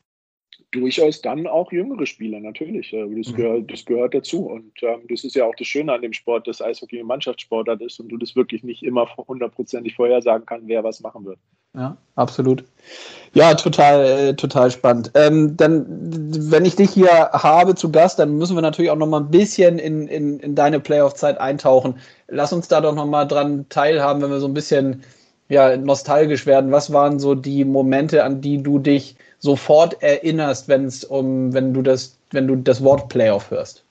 Durchaus dann auch jüngere Spieler, natürlich. Das gehört, das gehört dazu. Und ähm, das ist ja auch das Schöne an dem Sport, dass Eishockey ein Mannschaftssportart ist und du das wirklich nicht immer hundertprozentig vorhersagen kannst, wer was machen wird. Ja, absolut. Ja, total, äh, total spannend. Ähm, dann, wenn ich dich hier habe zu Gast, dann müssen wir natürlich auch noch mal ein bisschen in, in, in deine Playoff-Zeit eintauchen. Lass uns da doch noch mal dran teilhaben, wenn wir so ein bisschen ja, nostalgisch werden. Was waren so die Momente, an die du dich sofort erinnerst, wenn es um, wenn du das, wenn du das Wort Playoff hörst?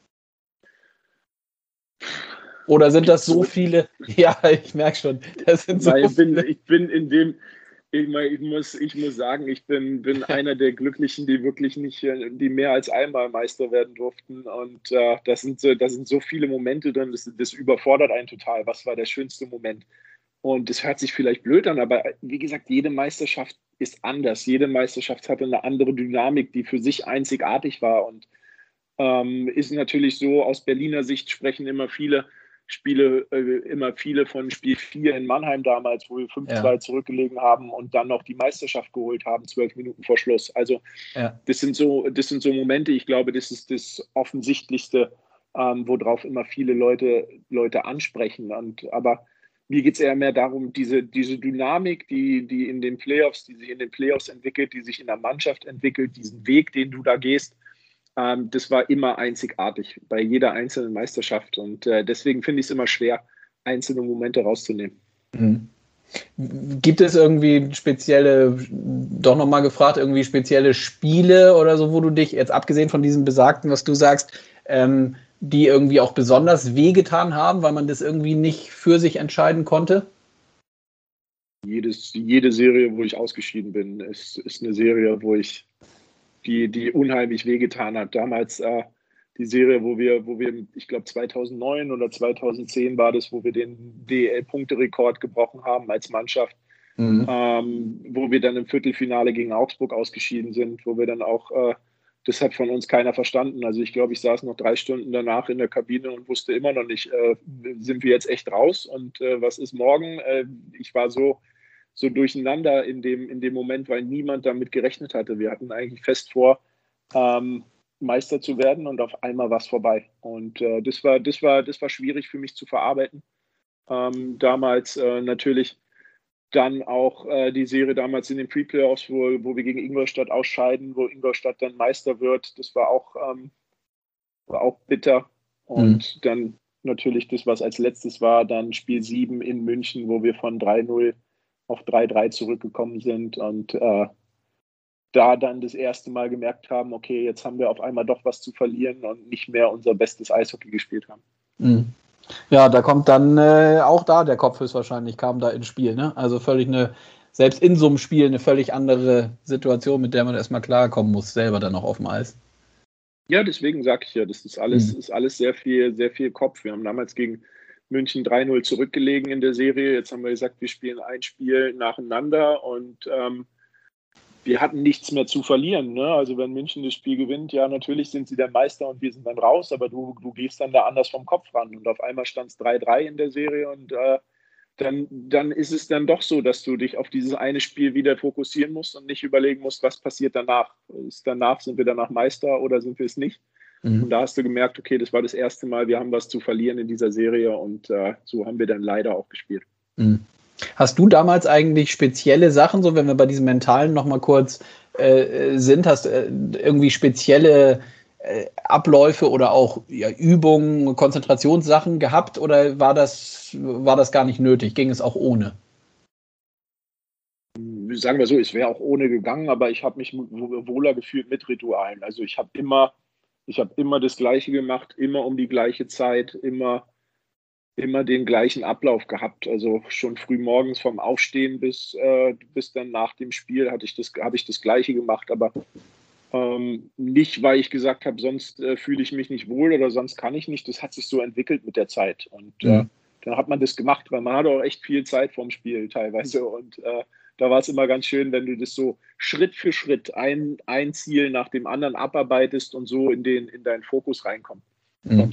Oder sind das so viele? Ja, ich merke schon. Das sind so Nein, ich, bin, viele. ich bin in dem, ich, meine, ich, muss, ich muss sagen, ich bin, bin einer der Glücklichen, die wirklich nicht, die mehr als einmal Meister werden durften. Und äh, das, sind so, das sind so viele Momente drin, das, das überfordert einen total. Was war der schönste Moment? Und das hört sich vielleicht blöd an, aber wie gesagt, jede Meisterschaft ist anders. Jede Meisterschaft hatte eine andere Dynamik, die für sich einzigartig war. Und ähm, ist natürlich so, aus Berliner Sicht sprechen immer viele Spiele, äh, immer viele von Spiel vier in Mannheim damals, wo wir fünf zwei ja. zurückgelegen haben und dann noch die Meisterschaft geholt haben, zwölf Minuten vor Schluss. Also ja. das sind so, das sind so Momente, ich glaube, das ist das Offensichtlichste, ähm, worauf immer viele Leute, Leute ansprechen. Und, aber mir geht es eher mehr darum, diese, diese Dynamik, die, die in den Playoffs, die sich in den Playoffs entwickelt, die sich in der Mannschaft entwickelt, diesen Weg, den du da gehst, ähm, das war immer einzigartig bei jeder einzelnen Meisterschaft. Und äh, deswegen finde ich es immer schwer, einzelne Momente rauszunehmen. Mhm. Gibt es irgendwie spezielle, doch nochmal gefragt, irgendwie spezielle Spiele oder so, wo du dich, jetzt abgesehen von diesem Besagten, was du sagst, ähm, die irgendwie auch besonders wehgetan haben, weil man das irgendwie nicht für sich entscheiden konnte? Jedes, jede Serie, wo ich ausgeschieden bin, ist, ist eine Serie, wo ich die, die unheimlich wehgetan hat. Damals äh, die Serie, wo wir, wo wir, ich glaube zweitausendneun oder zweitausendzehn war das, wo wir den D E L-Punkterekord gebrochen haben als Mannschaft, mhm. ähm, wo wir dann im Viertelfinale gegen Augsburg ausgeschieden sind, wo wir dann auch äh, das hat von uns keiner verstanden. Also ich glaube, ich saß noch drei Stunden danach in der Kabine und wusste immer noch nicht, äh, sind wir jetzt echt raus und äh, was ist morgen? Äh, ich war so, so durcheinander in dem, in dem Moment, weil niemand damit gerechnet hatte. Wir hatten eigentlich fest vor, ähm, Meister zu werden und auf einmal war es vorbei. Und äh, das war, das war, das war schwierig für mich zu verarbeiten. Ähm, damals äh, natürlich dann auch äh, die Serie damals in den Pre-Playoffs, wo, wo wir gegen Ingolstadt ausscheiden, wo Ingolstadt dann Meister wird. Das war auch, ähm, war auch bitter. Und mhm. dann natürlich das, was als letztes war, dann Spiel sieben in München, wo wir von drei null auf drei drei zurückgekommen sind und äh, da dann das erste Mal gemerkt haben, okay, jetzt haben wir auf einmal doch was zu verlieren und nicht mehr unser bestes Eishockey gespielt haben. Mhm. Ja, da kommt dann äh, auch da der Kopf höchstwahrscheinlich, kam da ins Spiel, ne? Also völlig eine, selbst in so einem Spiel eine völlig andere Situation, mit der man erstmal klarkommen muss, selber dann noch auf dem Eis. Ja, deswegen sage ich ja, das ist alles, Mhm. ist alles sehr viel, sehr viel Kopf. Wir haben damals gegen München drei null zurückgelegen in der Serie. Jetzt haben wir gesagt, wir spielen ein Spiel nacheinander und ähm, wir hatten nichts mehr zu verlieren. Ne? Also wenn München das Spiel gewinnt, ja, natürlich sind sie der Meister und wir sind dann raus, aber du, du gehst dann da anders vom Kopf ran. Und auf einmal stand es drei drei in der Serie und äh, dann, dann ist es dann doch so, dass du dich auf dieses eine Spiel wieder fokussieren musst und nicht überlegen musst, was passiert danach. Ist danach, sind wir danach Meister oder sind wir es nicht? Mhm. Und da hast du gemerkt, okay, das war das erste Mal, wir haben was zu verlieren in dieser Serie und äh, so haben wir dann leider auch gespielt. Mhm. Hast du damals eigentlich spezielle Sachen, so wenn wir bei diesem Mentalen nochmal kurz äh, sind, hast äh, irgendwie spezielle äh, Abläufe oder auch ja, Übungen, Konzentrationssachen gehabt oder war das, war das gar nicht nötig? Ging es auch ohne? Sagen wir so, es wäre auch ohne gegangen, aber ich habe mich wohler gefühlt mit Ritualen. Also ich habe immer, ich habe immer das Gleiche gemacht, immer um die gleiche Zeit, immer immer den gleichen Ablauf gehabt. Also schon früh morgens vom Aufstehen bis, äh, bis dann nach dem Spiel hatte ich das, habe ich das Gleiche gemacht, aber ähm, nicht, weil ich gesagt habe, sonst äh, fühle ich mich nicht wohl oder sonst kann ich nicht. Das hat sich so entwickelt mit der Zeit. Und äh, Mhm. dann hat man das gemacht, weil man hatte auch echt viel Zeit vorm Spiel teilweise. Und äh, da war es immer ganz schön, wenn du das so Schritt für Schritt ein, ein Ziel nach dem anderen abarbeitest und so in, den, in deinen Fokus reinkommst. Mhm.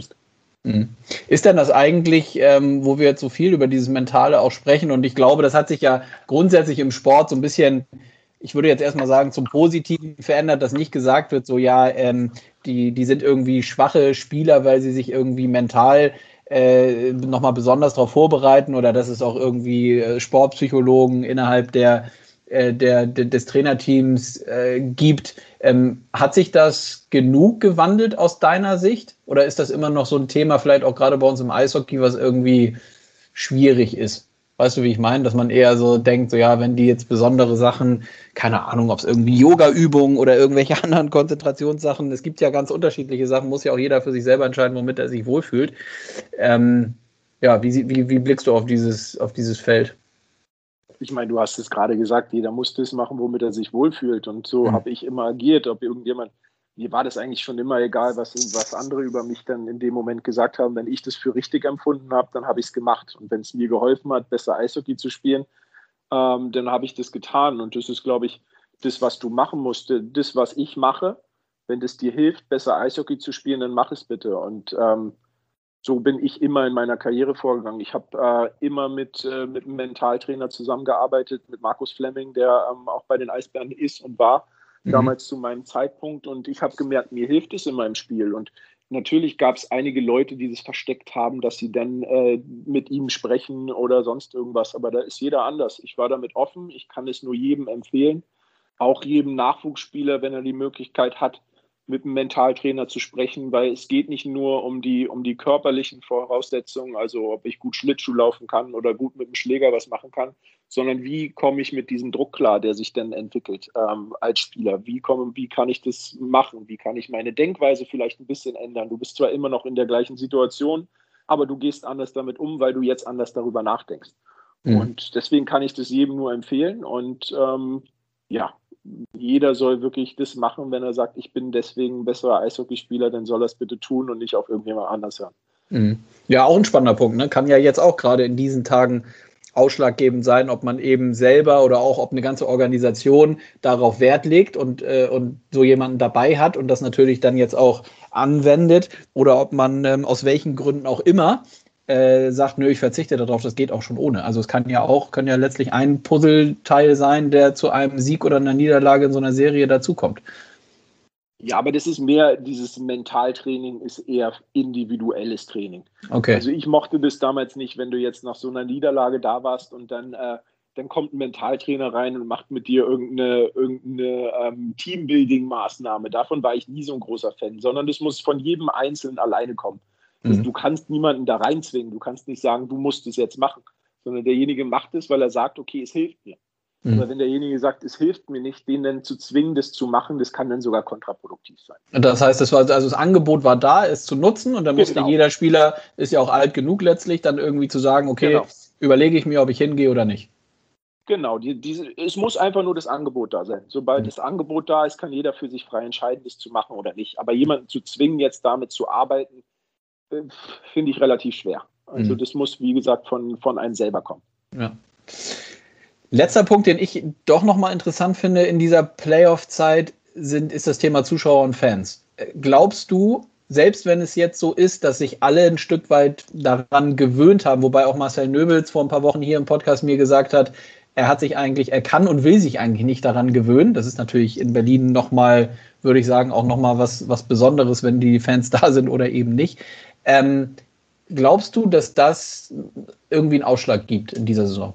Ist denn das eigentlich, ähm, wo wir jetzt so viel über dieses Mentale auch sprechen und ich glaube, das hat sich ja grundsätzlich im Sport so ein bisschen, ich würde jetzt erstmal sagen, zum Positiven verändert, dass nicht gesagt wird, so ja, ähm, die, die sind irgendwie schwache Spieler, weil sie sich irgendwie mental äh, nochmal besonders darauf vorbereiten oder dass es auch irgendwie äh, Sportpsychologen innerhalb der Der, der, des Trainerteams äh, gibt. Ähm, hat sich das genug gewandelt aus deiner Sicht? Oder ist das immer noch so ein Thema, vielleicht auch gerade bei uns im Eishockey, was irgendwie schwierig ist? Weißt du, wie ich meine? Dass man eher so denkt, so ja, wenn die jetzt besondere Sachen, keine Ahnung, ob es irgendwie Yoga-Übungen oder irgendwelche anderen Konzentrationssachen, es gibt ja ganz unterschiedliche Sachen, muss ja auch jeder für sich selber entscheiden, womit er sich wohlfühlt. Ähm, ja, wie, wie, wie blickst du auf dieses, auf dieses Feld? Ich meine, du hast es gerade gesagt, jeder muss das machen, womit er sich wohlfühlt. Und so Mhm. habe ich immer agiert. Ob irgendjemand, mir war das eigentlich schon immer egal, was, was andere über mich dann in dem Moment gesagt haben. Wenn ich das für richtig empfunden habe, dann habe ich es gemacht. Und wenn es mir geholfen hat, besser Eishockey zu spielen, ähm, dann habe ich das getan. Und das ist, glaube ich, das, was du machen musst. Das, was ich mache, wenn das dir hilft, besser Eishockey zu spielen, dann mach es bitte. Und ähm, so bin ich immer in meiner Karriere vorgegangen. Ich habe äh, immer mit, äh, mit einem Mentaltrainer zusammengearbeitet, mit Markus Flemming, der ähm, auch bei den Eisbären ist und war, Mhm. damals zu meinem Zeitpunkt. Und ich habe gemerkt, mir hilft es in meinem Spiel. Und natürlich gab es einige Leute, die das versteckt haben, dass sie dann äh, mit ihm sprechen oder sonst irgendwas. Aber da ist jeder anders. Ich war damit offen. Ich kann es nur jedem empfehlen. Auch jedem Nachwuchsspieler, wenn er die Möglichkeit hat, mit einem Mentaltrainer zu sprechen, weil es geht nicht nur um die, um die körperlichen Voraussetzungen, also ob ich gut Schlittschuh laufen kann oder gut mit dem Schläger was machen kann, sondern wie komme ich mit diesem Druck klar, der sich dann entwickelt ähm, als Spieler? Wie, komme, wie kann ich das machen? Wie kann ich meine Denkweise vielleicht ein bisschen ändern? Du bist zwar immer noch in der gleichen Situation, aber du gehst anders damit um, weil du jetzt anders darüber nachdenkst. Mhm. Und deswegen kann ich das jedem nur empfehlen und ähm, ja, jeder soll wirklich das machen, wenn er sagt, ich bin deswegen ein besserer Eishockeyspieler, dann soll er es bitte tun und nicht auf irgendjemand anders hören. Mhm. Ja, auch ein spannender Punkt. Ne? Kann ja jetzt auch gerade in diesen Tagen ausschlaggebend sein, ob man eben selber oder auch ob eine ganze Organisation darauf Wert legt und, äh, und so jemanden dabei hat und das natürlich dann jetzt auch anwendet oder ob man ähm, aus welchen Gründen auch immer äh, sagt, nö, ich verzichte darauf, das geht auch schon ohne. Also es kann ja auch, kann ja letztlich ein Puzzleteil sein, der zu einem Sieg oder einer Niederlage in so einer Serie dazukommt. Ja, aber das ist mehr, dieses Mentaltraining ist eher individuelles Training. Okay. Also ich mochte das damals nicht, wenn du jetzt nach so einer Niederlage da warst und dann, äh, dann kommt ein Mentaltrainer rein und macht mit dir irgendeine, irgendeine ähm, Teambuilding-Maßnahme. Davon war ich nie so ein großer Fan, sondern das muss von jedem Einzelnen alleine kommen. Das, Mhm. Du kannst niemanden da reinzwingen. Du kannst nicht sagen, du musst es jetzt machen, sondern derjenige macht es, weil er sagt, okay, es hilft mir. Mhm. Aber wenn derjenige sagt, es hilft mir nicht, den dann zu zwingen, das zu machen, das kann dann sogar kontraproduktiv sein. Das heißt, das war, also das Angebot war da, es zu nutzen und dann musste Genau. jeder Spieler, ist ja auch alt genug letztlich, dann irgendwie zu sagen, okay, Genau. überlege ich mir, ob ich hingehe oder nicht. Genau, die, diese, es muss einfach nur das Angebot da sein. Sobald mhm. das Angebot da ist, kann jeder für sich frei entscheiden, das zu machen oder nicht. Aber jemanden zu zwingen, jetzt damit zu arbeiten, äh, finde ich relativ schwer. Also mhm. das muss, wie gesagt, von, von einem selber kommen. Ja. Letzter Punkt, den ich doch nochmal interessant finde in dieser Playoff-Zeit, sind, ist das Thema Zuschauer und Fans. Glaubst du, selbst wenn es jetzt so ist, dass sich alle ein Stück weit daran gewöhnt haben, wobei auch Marcel Nöbels vor ein paar Wochen hier im Podcast mir gesagt hat, er hat sich eigentlich, er kann und will sich eigentlich nicht daran gewöhnen. Das ist natürlich in Berlin nochmal, würde ich sagen, auch nochmal was, was Besonderes, wenn die Fans da sind oder eben nicht. Ähm, glaubst du, dass das irgendwie einen Ausschlag gibt in dieser Saison?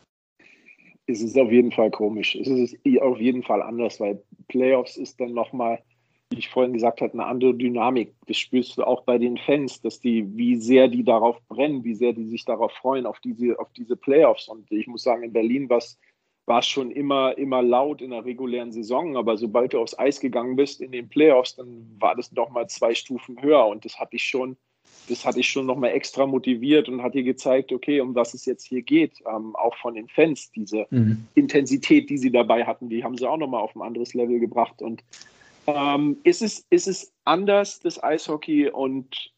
Es ist auf jeden Fall komisch. Es ist auf jeden Fall anders, weil Playoffs ist dann nochmal, wie ich vorhin gesagt habe, eine andere Dynamik. Das spürst du auch bei den Fans, dass die, wie sehr die darauf brennen, wie sehr die sich darauf freuen, auf diese, auf diese Playoffs. Und ich muss sagen, in Berlin war es schon immer, immer laut in der regulären Saison, aber sobald du aufs Eis gegangen bist in den Playoffs, dann war das nochmal zwei Stufen höher. Und das hatte ich schon Das hatte ich schon nochmal extra motiviert und hat dir gezeigt, okay, um was es jetzt hier geht, ähm, auch von den Fans, diese mhm. Intensität, die sie dabei hatten, die haben sie auch nochmal auf ein anderes Level gebracht. Und ähm, ist, es, ist es anders, das Eishockey? Und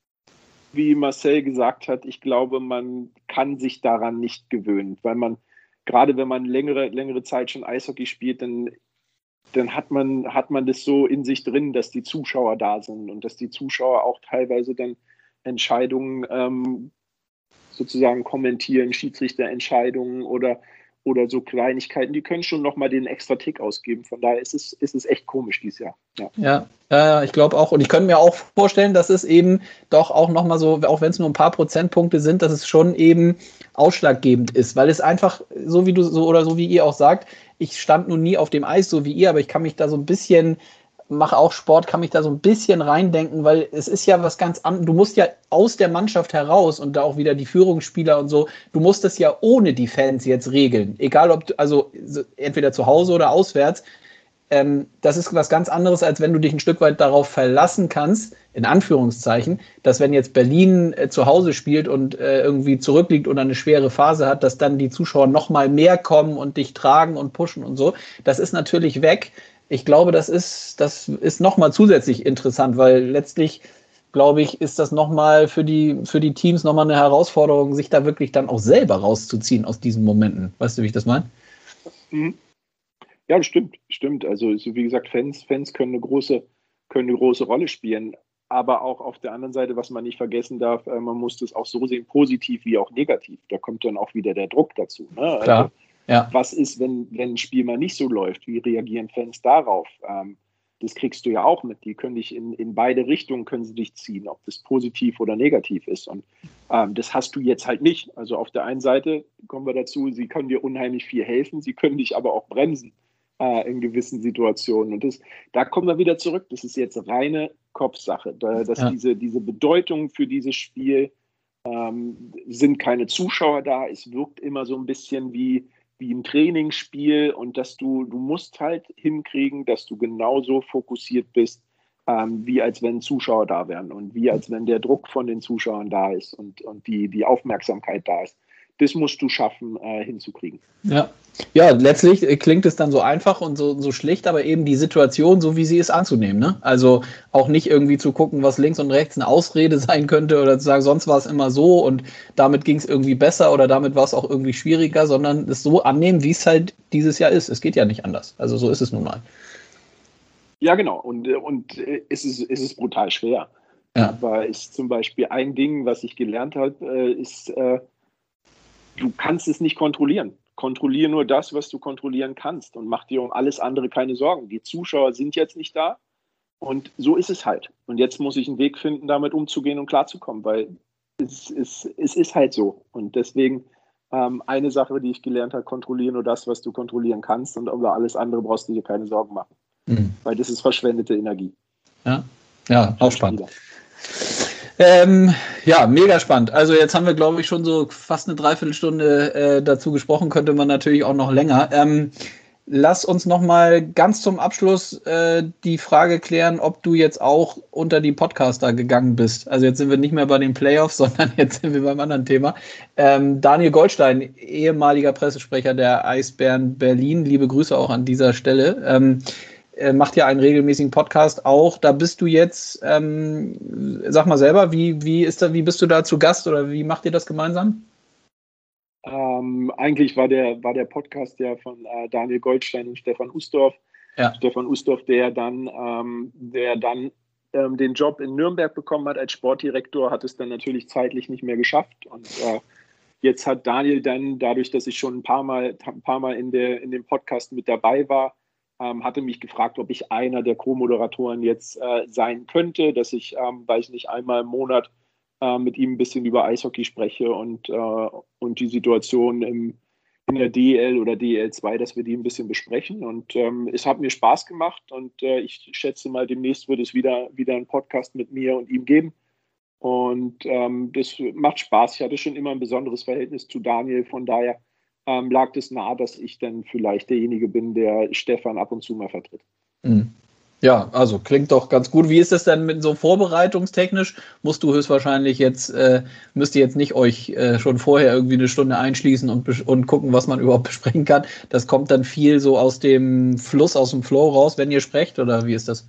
wie Marcel gesagt hat, ich glaube, man kann sich daran nicht gewöhnen, weil man, gerade wenn man längere, längere Zeit schon Eishockey spielt, dann dann hat man, hat man das so in sich drin, dass die Zuschauer da sind und dass die Zuschauer auch teilweise dann Entscheidungen ähm, sozusagen kommentieren, Schiedsrichterentscheidungen oder, oder so Kleinigkeiten, die können schon nochmal den extra Tick ausgeben. Von daher ist es, ist es echt komisch dieses Jahr. Ja, ja äh, ich glaube auch. Und ich könnte mir auch vorstellen, dass es eben doch auch nochmal so, auch wenn es nur ein paar Prozentpunkte sind, dass es schon eben ausschlaggebend ist, weil es einfach, so wie du so oder so wie ihr auch sagt, ich stand nun nie auf dem Eis, so wie ihr, aber ich kann mich da so ein bisschen, mache auch Sport, kann mich da so ein bisschen reindenken, weil es ist ja was ganz anderes. Du musst ja aus der Mannschaft heraus und da auch wieder die Führungsspieler und so, du musst das ja ohne die Fans jetzt regeln. Egal ob, du, also entweder zu Hause oder auswärts. Ähm, das ist was ganz anderes, als wenn du dich ein Stück weit darauf verlassen kannst, in Anführungszeichen, dass wenn jetzt Berlin äh, zu Hause spielt und äh, irgendwie zurückliegt oder eine schwere Phase hat, dass dann die Zuschauer noch mal mehr kommen und dich tragen und pushen und so. Das ist natürlich weg. Ich glaube, das ist, das ist noch mal zusätzlich interessant, weil letztlich, glaube ich, ist das noch mal für die, für die Teams noch mal eine Herausforderung, sich da wirklich dann auch selber rauszuziehen aus diesen Momenten. Weißt du, wie ich das meine? Mhm. Ja, das stimmt, stimmt. Also so wie gesagt, Fans, Fans können eine große, können eine große Rolle spielen. Aber auch auf der anderen Seite, was man nicht vergessen darf, äh, man muss das auch so sehen, positiv wie auch negativ. Da kommt dann auch wieder der Druck dazu. Ne? Klar, also, ja. Was ist, wenn, wenn ein Spiel mal nicht so läuft? Wie reagieren Fans darauf? Ähm, das kriegst du ja auch mit. Die können dich in, in beide Richtungen können sie dich ziehen, ob das positiv oder negativ ist. Und ähm, das hast du jetzt halt nicht. Also auf der einen Seite kommen wir dazu, sie können dir unheimlich viel helfen, sie können dich aber auch bremsen in gewissen Situationen. Und das, da kommen wir wieder zurück. Das ist jetzt reine Kopfsache. Da, dass ja. diese, diese Bedeutung für dieses Spiel ähm, sind keine Zuschauer da. Es wirkt immer so ein bisschen wie, wie ein Trainingsspiel und dass du, du musst halt hinkriegen, dass du genauso fokussiert bist, ähm, wie als wenn Zuschauer da wären und wie als wenn der Druck von den Zuschauern da ist und, und die, die Aufmerksamkeit da ist. Das musst du schaffen, äh, hinzukriegen. Ja. Ja, letztlich klingt es dann so einfach und so, so schlicht, aber eben die Situation, so wie sie ist, anzunehmen. Ne? Also auch nicht irgendwie zu gucken, was links und rechts eine Ausrede sein könnte oder zu sagen, sonst war es immer so und damit ging es irgendwie besser oder damit war es auch irgendwie schwieriger, sondern es so annehmen, wie es halt dieses Jahr ist. Es geht ja nicht anders. Also so ist es nun mal. Ja, genau. Und, und es, ist, es ist brutal schwer. Ja. Aber ist zum Beispiel ein Ding, was ich gelernt habe, ist, äh, du kannst es nicht kontrollieren. Kontrolliere nur das, was du kontrollieren kannst und mach dir um alles andere keine Sorgen. Die Zuschauer sind jetzt nicht da und so ist es halt. Und jetzt muss ich einen Weg finden, damit umzugehen und klarzukommen, weil es, es, es ist halt so. Und deswegen ähm, eine Sache, die ich gelernt habe, kontrolliere nur das, was du kontrollieren kannst und über alles andere brauchst du dir keine Sorgen machen. Mhm. Weil das ist verschwendete Energie. Ja, ja, auch spannend. Ähm, ja, mega spannend. Also jetzt haben wir, glaube ich, schon so fast eine Dreiviertelstunde äh, dazu gesprochen, könnte man natürlich auch noch länger. Ähm, lass uns noch mal ganz zum Abschluss äh, die Frage klären, ob du jetzt auch unter die Podcaster gegangen bist. Also jetzt sind wir nicht mehr bei den Playoffs, sondern jetzt sind wir beim anderen Thema. Ähm, Daniel Goldstein, ehemaliger Pressesprecher der Eisbären Berlin, liebe Grüße auch an dieser Stelle, ähm, äh, macht ja einen regelmäßigen Podcast auch. Da bist du jetzt, ähm, sag mal selber, wie, wie, ist da, wie bist du da zu Gast oder wie macht ihr das gemeinsam? Ähm, eigentlich war der, war der Podcast ja von äh, Daniel Goldstein und Stefan Ustorf. Ja. Stefan Ustorf, der dann, ähm, der dann ähm, den Job in Nürnberg bekommen hat als Sportdirektor, hat es dann natürlich zeitlich nicht mehr geschafft. Und äh, jetzt hat Daniel dann, dadurch, dass ich schon ein paar Mal, ein paar Mal in, der, in dem Podcast mit dabei war, ähm, hatte mich gefragt, ob ich einer der Co-Moderatoren jetzt äh, sein könnte, dass ich, ähm, weiß nicht, einmal im Monat mit ihm ein bisschen über Eishockey spreche und, äh, und die Situation im, in der D L oder D L zwei, dass wir die ein bisschen besprechen. Und ähm, es hat mir Spaß gemacht und äh, ich schätze mal, demnächst wird es wieder, wieder einen Podcast mit mir und ihm geben. Und ähm, das macht Spaß. Ich hatte schon immer ein besonderes Verhältnis zu Daniel, von daher ähm, lag es nahe, dass ich dann vielleicht derjenige bin, der Stefan ab und zu mal vertritt. Mhm. Ja, also klingt doch ganz gut. Wie ist das denn mit so vorbereitungstechnisch? Musst du höchstwahrscheinlich jetzt, äh, müsst ihr jetzt nicht euch äh, schon vorher irgendwie eine Stunde einschließen und, bes- und gucken, was man überhaupt besprechen kann. Das kommt dann viel so aus dem Fluss, aus dem Flow raus, wenn ihr sprecht, oder wie ist das?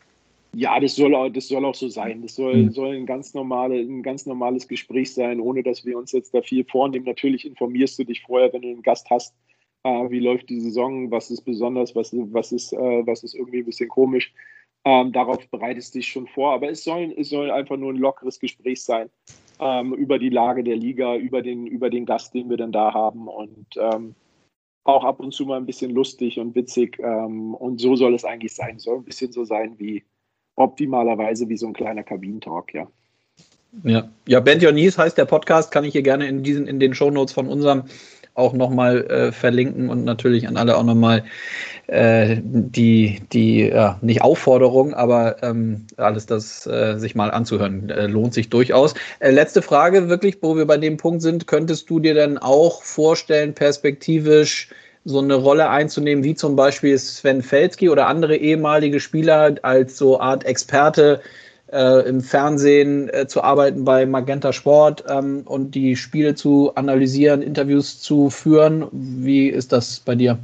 Ja, das soll auch, das soll auch so sein. Das soll, mhm. soll ein, ganz normale, ein ganz normales Gespräch sein, ohne dass wir uns jetzt da viel vornehmen. Natürlich informierst du dich vorher, wenn du einen Gast hast, Uh, wie läuft die Saison, was ist besonders, was, was, ist, uh, was ist irgendwie ein bisschen komisch. Um, darauf bereitest du dich schon vor, aber es soll, es soll einfach nur ein lockeres Gespräch sein um, über die Lage der Liga, über den, über den Gast, den wir dann da haben und um, auch ab und zu mal ein bisschen lustig und witzig um, und so soll es eigentlich sein. Es soll ein bisschen so sein wie optimalerweise wie so ein kleiner Kabinentalk, ja. Ja, ja, Bend Your Knees heißt der Podcast, kann ich hier gerne in diesen, in den Shownotes von unserem auch nochmal äh, verlinken und natürlich an alle auch nochmal äh, die, die ja, nicht Aufforderung, aber ähm, alles das äh, sich mal anzuhören, äh, lohnt sich durchaus. Äh, letzte Frage wirklich, wo wir bei dem Punkt sind, könntest du dir denn auch vorstellen, perspektivisch so eine Rolle einzunehmen, wie zum Beispiel Sven Felski oder andere ehemalige Spieler als so Art Experte Äh, im Fernsehen äh, zu arbeiten bei Magenta Sport ähm, und die Spiele zu analysieren, Interviews zu führen. Wie ist das bei dir?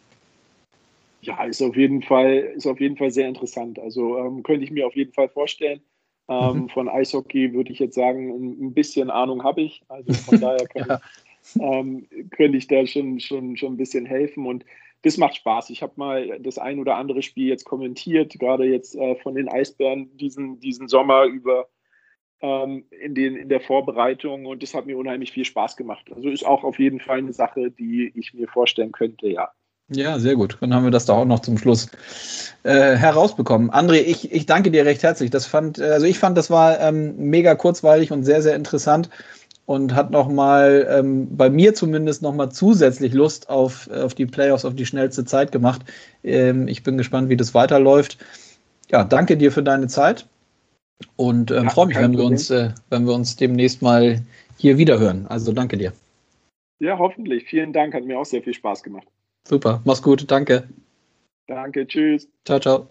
Ja, ist auf jeden Fall, ist auf jeden Fall sehr interessant. Also ähm, könnte ich mir auf jeden Fall vorstellen. Ähm, mhm. Von Eishockey würde ich jetzt sagen, ein, ein bisschen Ahnung habe ich. Also von daher kann ja. ich, ähm, könnte ich da schon, schon, schon ein bisschen helfen und das macht Spaß. Ich habe mal das ein oder andere Spiel jetzt kommentiert, gerade jetzt äh, von den Eisbären diesen, diesen Sommer über ähm, in, den, in der Vorbereitung und das hat mir unheimlich viel Spaß gemacht. Also ist auch auf jeden Fall eine Sache, die ich mir vorstellen könnte, ja. Ja, sehr gut. Dann haben wir das da auch noch zum Schluss äh, herausbekommen. André, ich, ich danke dir recht herzlich. Das fand, also ich fand, das war ähm, mega kurzweilig und sehr, sehr interessant. Und hat nochmal, ähm, bei mir zumindest nochmal zusätzlich Lust auf, auf die Playoffs, auf die schnellste Zeit gemacht. Ähm, ich bin gespannt, wie das weiterläuft. Ja, danke dir für deine Zeit und ähm, ja, freue mich, wenn wir, uns, äh, wenn wir uns demnächst mal hier wieder hören. Also danke dir. Ja, hoffentlich. Vielen Dank, hat mir auch sehr viel Spaß gemacht. Super, mach's gut, danke. Danke, tschüss. Ciao, ciao.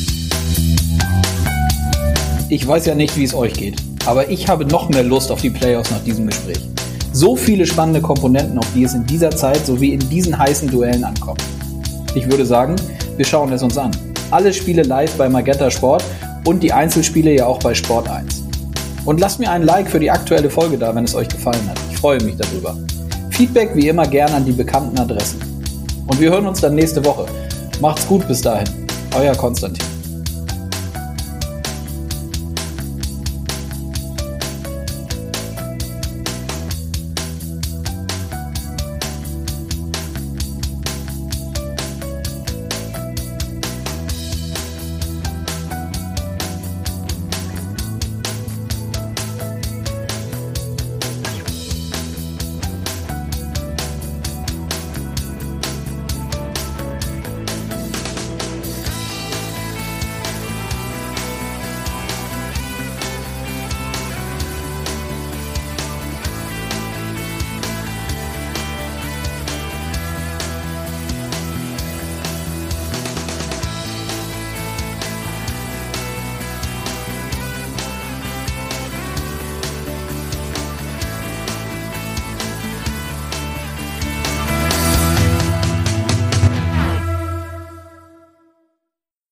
Ich weiß ja nicht, wie es euch geht, aber ich habe noch mehr Lust auf die Playoffs nach diesem Gespräch. So viele spannende Komponenten, auf die es in dieser Zeit sowie in diesen heißen Duellen ankommt. Ich würde sagen, wir schauen es uns an. Alle Spiele live bei Magenta Sport und die Einzelspiele ja auch bei Sport eins. Und lasst mir ein Like für die aktuelle Folge da, wenn es euch gefallen hat. Ich freue mich darüber. Feedback wie immer gerne an die bekannten Adressen. Und wir hören uns dann nächste Woche. Macht's gut bis dahin. Euer Konstantin.